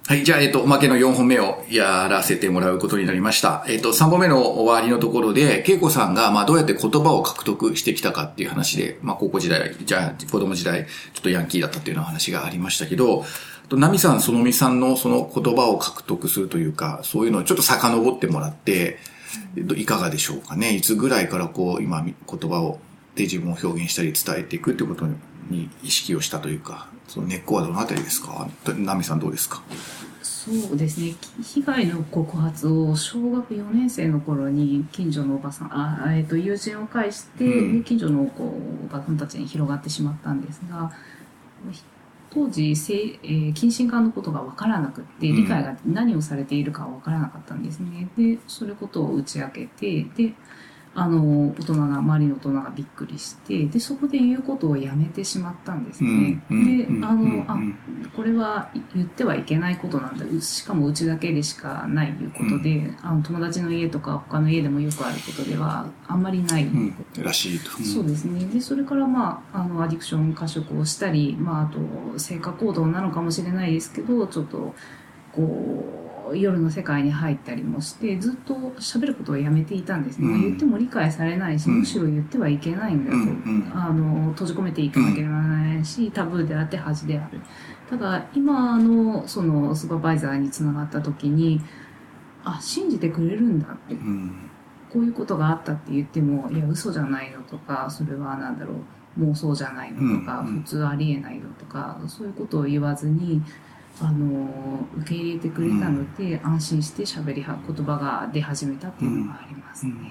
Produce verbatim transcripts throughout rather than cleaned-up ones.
はい。じゃあ、えっと、おまけのよんほんめをやらせてもらうことになりました。えっと、さんぼんめの終わりのところで、恵子さんが、まあ、どうやって言葉を獲得してきたかっていう話で、まあ、高校時代、じゃあ、子供時代、ちょっとヤンキーだったっていうような話がありましたけど、ナミさん、そのみさんのその言葉を獲得するというか、そういうのをちょっと遡ってもらって、いかがでしょうかね。いつぐらいからこう、今、言葉を、で自分を表現したり伝えていくっていうことに意識をしたというか、その根っこはどのあたりですか？ナミさんどうですか？ そうですね。被害の告発を小学よねん生の頃に近所のおばさん、あ、えっと、友人を介して、うん、近所のこうおばさんたちに広がってしまったんですが、当時、えー、近親間のことが分からなくって、理解が何をされているかは分からなかったんですね。で、それことを打ち明けて、で、あの、大人が、周りの大人がびっくりして、で、そこで言うことをやめてしまったんですね。うん、で、あの、あ、これは言ってはいけないことなんだ。しかもうちだけでしかないいうことで、うん、あの友達の家とか他の家でもよくあることではあんまりないこと、 うん、らしいと。 そうですね。で、それからまあ、あの、アディクション過食をしたり、まあ、あと、成果行動なのかもしれないですけど、ちょっと、こう、夜の世界に入ったりもしてずっと喋ることをやめていたんですね、うん、言っても理解されないし、むしろ言ってはいけないんだと、うん、あの閉じ込めていかなければならないし、タブーであって恥である。ただ今のそのスーパーバイザーにつながった時に、あ、信じてくれるんだって、うん、こういうことがあったって言っても、いや嘘じゃないのとか、それはなんだろう、妄想じゃないのとか、うん、普通ありえないのとか、そういうことを言わずにあの受け入れてくれたので、うん、安心して喋りは言葉が出始めたっていうのがありますね。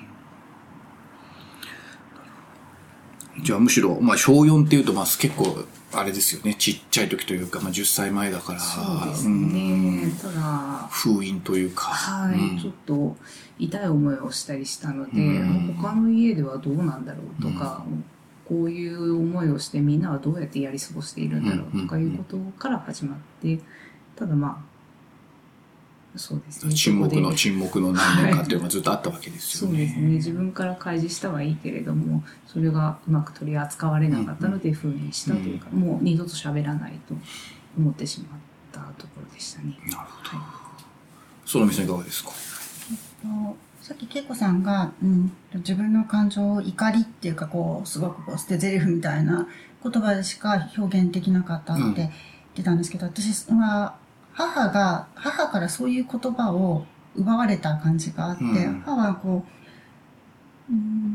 うんうん、じゃあむしろ、まあ、小よんっていうと、まあ、結構あれですよね、ちっちゃい時というか、まあ、じゅっさいまえだから、 そうですね、うん、ただ封印というか、 はい、うん、ちょっと痛い思いをしたりしたので、うん、他の家ではどうなんだろうとか、うん、こういう思いをしてみんなはどうやってやり過ごしているんだろうとかいうことから始まって、ただまあそうですね、 沈黙の沈黙の何年かっていうのがずっとあったわけですよね。 そうですね、自分から開示したはいいけれども、それがうまく取り扱われなかったので封印したというか、うんうん、もう二度と喋らないと思ってしまったところでしたね。 なるほど。そのみさんいかがですか？ さっき恵子さんが、うん、自分の感情を怒りっていうかこうすごくこう捨て台詞みたいな言葉でしか表現できなかったって言ってたんですけど、うん、私は母が母からそういう言葉を奪われた感じがあって、うん、母はこう、うん、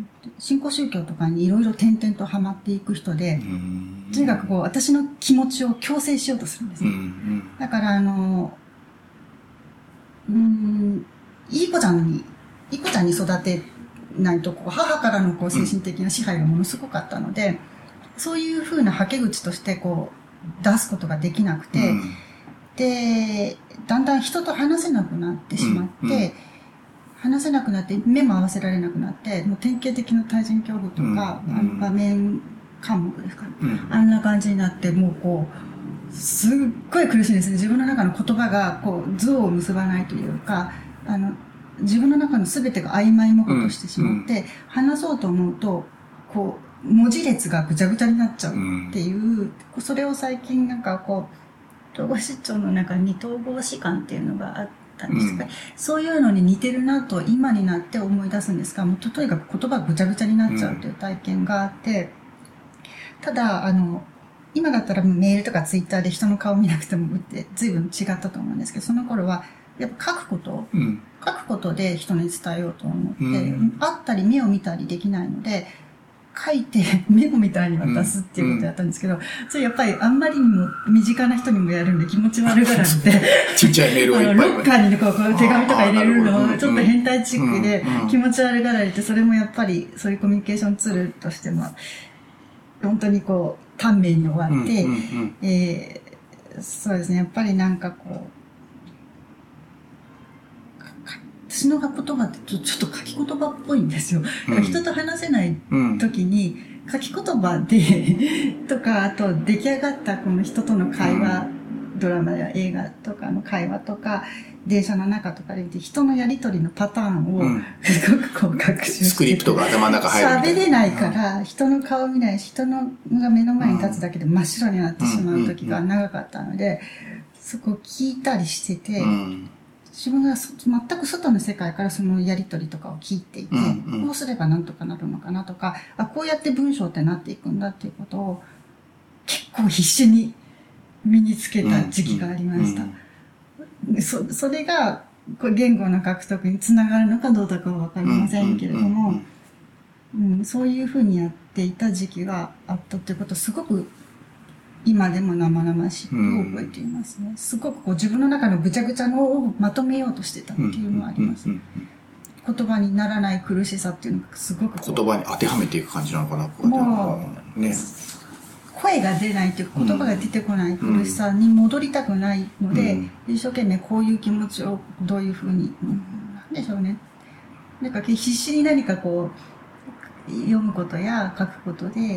新興宗教とかにいろいろ点々とハマっていく人で、うん、とにかくこう私の気持ちを強制しようとするんですね。うん、だからあの、うん、いい子ちゃんにいい子ちゃんに育てないとこう母からのこう精神的な支配がものすごかったので、うん、そういう風なはけ口としてこう出すことができなくて、うん、でだんだん人と話せなくなってしまって、うんうん、話せなくなって目も合わせられなくなって、もう典型的な対人競技とか、うん、あの場面科目ですかね、うん、あんな感じになって、もうこうすっごい苦しいですね。自分の中の言葉がこう像を結ばないというか、あの自分の中の全てが曖昧模糊としてしまって、うん、話そうと思うとこう文字列がぐちゃぐちゃになっちゃうっていう、うん、それを最近なんかこう統合失調の中に統合失感っていうのがあったんですが、うん、そういうのに似てるなと今になって思い出すんですが、もうとにかく言葉がぐちゃぐちゃになっちゃうという体験があって、うん、ただあの今だったらメールとかツイッターで人の顔見なくてもって随分違ったと思うんですけど、その頃はやっぱ書くこと、うん、書くことで人に伝えようと思って、うん、会ったり目を見たりできないので、書いてメモみたいに渡すっていうことをやったんですけど、うん、それやっぱりあんまりにも身近な人にもやるんで気持ち悪がられてちっちゃいメールをいっぱいロッカーにこうこう手紙とか入れるのをちょっと変態チックで気持ち悪がられて、それもやっぱりそういうコミュニケーションツールとしても本当にこう短命に終わって、うんうんうん、えー、そうですね、やっぱりなんかこう私の言葉ってちょっと書き言葉っぽいんですよ。うん、人と話せない時に書き言葉でとか、あと出来上がったこの人との会話、うん、ドラマや映画とかの会話とか電車の中とかで見て人のやりとりのパターンをすごくこう学習して、 スクリプトが頭の中入るみたいな。 喋れないから人の顔見ないし、人のが目の前に立つだけで真っ白になってしまう時が長かったので、 そこを聞いたりしてて、 うん、 自分が全く外の世界からそのやりとりとかを聞いていて、うんうん、こうすればなんとかなるのかなとか、あ、こうやって文章ってなっていくんだっていうことを結構必死に身につけた時期がありました。うんうん、そ, それがこれ言語の獲得につながるのかどうだかはわかりませんけれども、うんうんうん、そういうふうにやっていた時期があったということをすごく今でも生々しく覚えていますね。すごくこう自分の中のぐちゃぐちゃのをまとめようとしてたっていうのはあります。言葉にならない苦しさっていうのがすごく言葉に当てはめていく感じなのかな。もう、ね、 声が出ないというか言葉が出てこない苦しさに戻りたくないので、うんうん、一生懸命こういう気持ちをどういうふうに、うん、なんでしょうね。なんか必死に何かこう読むことや書くことで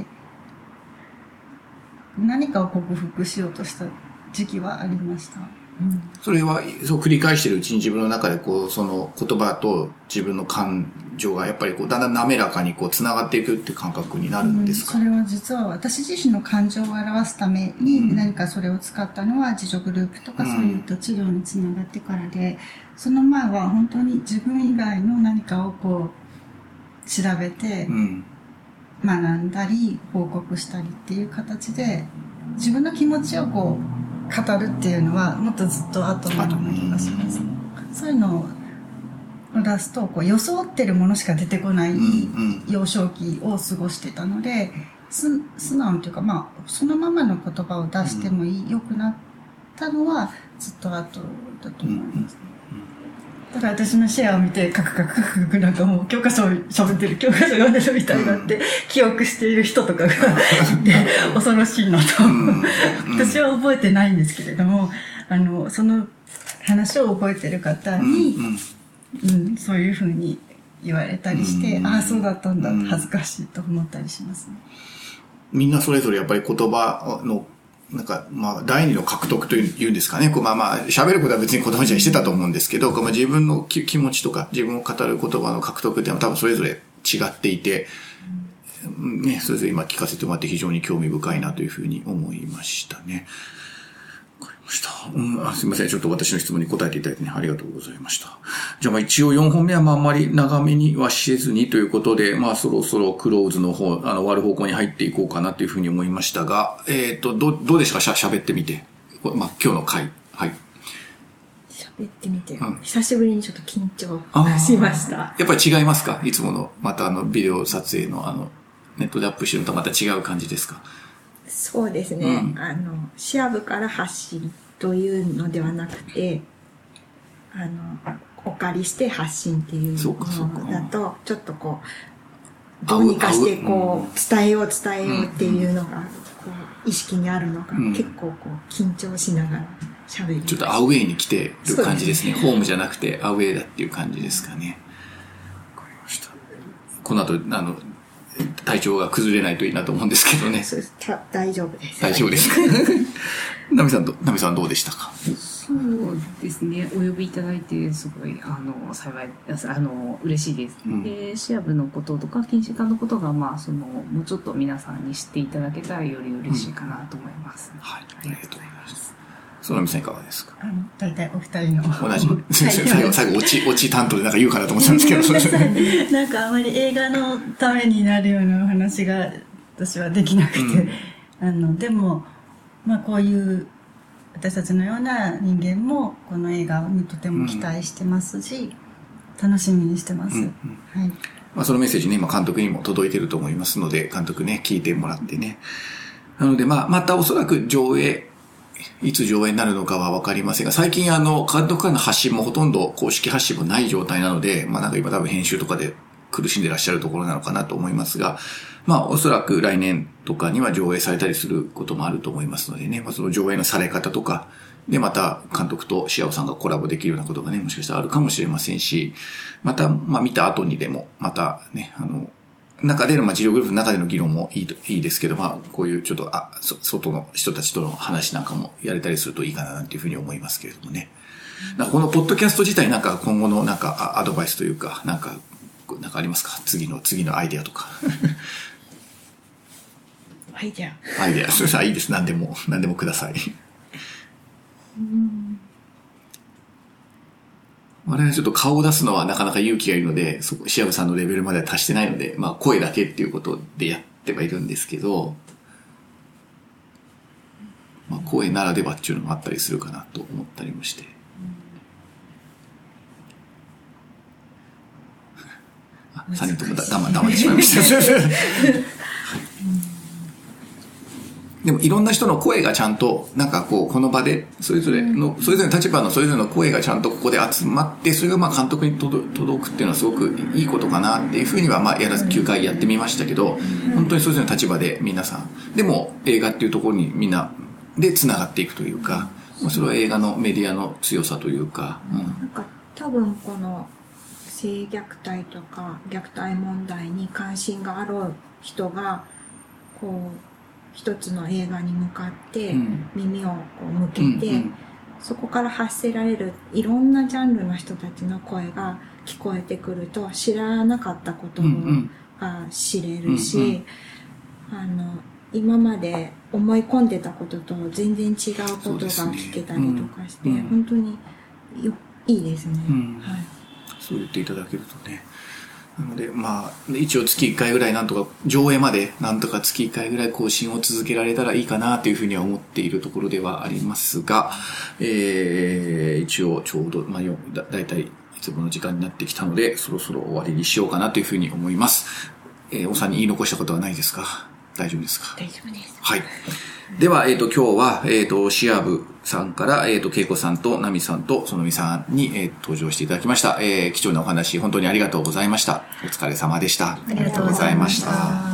何かを克服しようとした時期はありました。 うん、それはそう繰り返しているうちに自分の中でこうその言葉と自分の感情がやっぱりこうだんだん滑らかにこうつながっていくっていう感覚になるんですか？ うん、それは実は私自身の感情を表すために何かそれを使ったのは自助グループとかそういうと治療につながってからで、うん、その前は本当に自分以外の何かをこう調べて学んだり報告したりっていう形で自分の気持ちをこう語るっていうのはもっとずっと後なような気がします。そういうのを出すとこう装ってるものしか出てこない幼少期を過ごしてたので、す素直というか、まあそのままの言葉を出してもいい、良くなったのはずっと後だと思います。ただ私のシェアを見てカクカクカクカクなんかもう教科書を喋ってる教科書読んでるみたいになって記憶している人とかが恐ろしいなと私は覚えてないんですけれども、あのその話を覚えてる方に、うんうん、そういうふうに言われたりして、ああそうだったんだって恥ずかしいと思ったりしますね。 みんなそれぞれやっぱり言葉のなんか、まあ、第二の獲得というんですかね。こうまあまあ、喋ることは別に言葉じゃしてたと思うんですけど、まあ、自分の気持ちとか、自分を語る言葉の獲得っていうのは多分それぞれ違っていて、ね、それぞれ今聞かせてもらって非常に興味深いなというふうに思いましたね。わかりました。うん、あ、すみません。ちょっと私の質問に答えていただいてね、ありがとうございました。じゃあまあ一応よんほんめはまああんまり長めにはせずにということで、まあそろそろクローズの方、あの終わる方向に入っていこうかなというふうに思いましたが、えっと、どう、どうでしたかしゃ、喋ってみて。まあ今日の回。はい。 喋ってみて、うん、久しぶりにちょっと緊張しました。 やっぱり違いますか？いつもの、またあのビデオ撮影のあの、ネットでアップしてるのとまた違う感じですか？ そうですね。うん、あの、シア部から発信というのではなくて、あの、お借りして発信っていうのだと、ちょっとこう、どうにかしてこう、伝えよう伝えようっていうのが、こう、意識にあるのが、結構こう、緊張しながら喋る。 ちょっとアウェイに来てる感じですね。ホームじゃなくてアウェイだっていう感じですかね。わかりました。この後、あの、体調が崩れないといいなと思うんですけどね。 そうです。大丈夫です。 大丈夫ですか。ナミさんど、ナミさんどうでしたか？ そうですね。お呼びいただいて、すごい、あの、幸い、あの、嬉しいです。うん、で、シアブのこととか、近視眼のことが、まあ、その、もうちょっと皆さんに知っていただけたらより嬉しいかなと思います。うん、 はい。ありがとうございます。そのみさんいかがですか？ あの、大体お二人の。 同じ。最後、最後、落ち、落ち担当でなんか言うかなと思ってたんですけど。 なんかあまり映画のためになるようなお話が私はできなくて、うん、あの、でも、まあこういう、私たちのような人間もこの映画にとても期待してますし、うん、楽しみにしてます。うんうん、はい。 まあそのメッセージね、今監督にも届いてると思いますので、監督ね、聞いてもらってね。なのでまあ、またおそらく上映、いつ上映になるのかはわかりませんが、最近あの、監督からの発信もほとんど公式発信もない状態なので、まあなんか今多分編集とかで苦しんでらっしゃるところなのかなと思いますが、まあおそらく来年とかには上映されたりすることもあると思いますのでね、まあその上映のされ方とか、でまた監督とシアオさんがコラボできるようなことがね、もしかしたらあるかもしれませんし、また、まあ見た後にでも、またね、あの、中での、まあ、治療グループの中での議論もいいと、いいですけど、まあ、こういうちょっと、あ、そ、外の人たちとの話なんかもやれたりするといいかな、なんていうふうに思いますけれどもね。なんかこのポッドキャスト自体なんか今後のなんかアドバイスというか、なんか、なんかありますか？次の、次のアイデアとか。 アイデア。 アイデア。それさ、いいです。何でも、何でもください。 うん我々ちょっと顔を出すのはなかなか勇気がいるので、そこ、シアブさんのレベルまでは達してないので、まあ声だけっていうことでやってはいるんですけど、まあ声ならではっていうのもあったりするかなと思ったりもして。あ、さんにんともだ黙黙ってしまいました。でもいろんな人の声がちゃんと、なんかこう、この場で、それぞれの、それぞれの立場のそれぞれの声がちゃんとここで集まって、それがまあ監督に届くっていうのはすごくいいことかなっていうふうには、まあやらずきゅうかいやってみましたけど、本当にそれぞれの立場で皆さん、でも映画っていうところにみんなで繋がっていくというか、それは映画のメディアの強さというか、 うん、なんか多分この性虐待とか虐待問題に関心がある人が、こう、一つの映画に向かって耳をこう向けて、うんうんうん、そこから発せられるいろんなジャンルの人たちの声が聞こえてくると、知らなかったことが知れるし、うんうん、あの今まで思い込んでたことと全然違うことが聞けたりとかして、ねうん、本当によいいですね、うんはい、 そう言っていただけるとね。なので、まあ、一応月いっかいぐらいなんとか、上映までなんとか月いっかいぐらい更新を続けられたらいいかなというふうには思っているところではありますが、えー、一応ちょうど、まあ、だ, だいたいいつもの時間になってきたので、そろそろ終わりにしようかなというふうに思います。えー、おさんに言い残したことはないですか？大丈夫ですか？ 大丈夫です。 はい。では、えっと、今日は、えっと、シアブさんから、えっと、ケイコさんとナミさんとソノミさんに、えー、登場していただきました。えー、貴重なお話、本当にありがとうございました。お疲れ様でした。 ありがとうございました。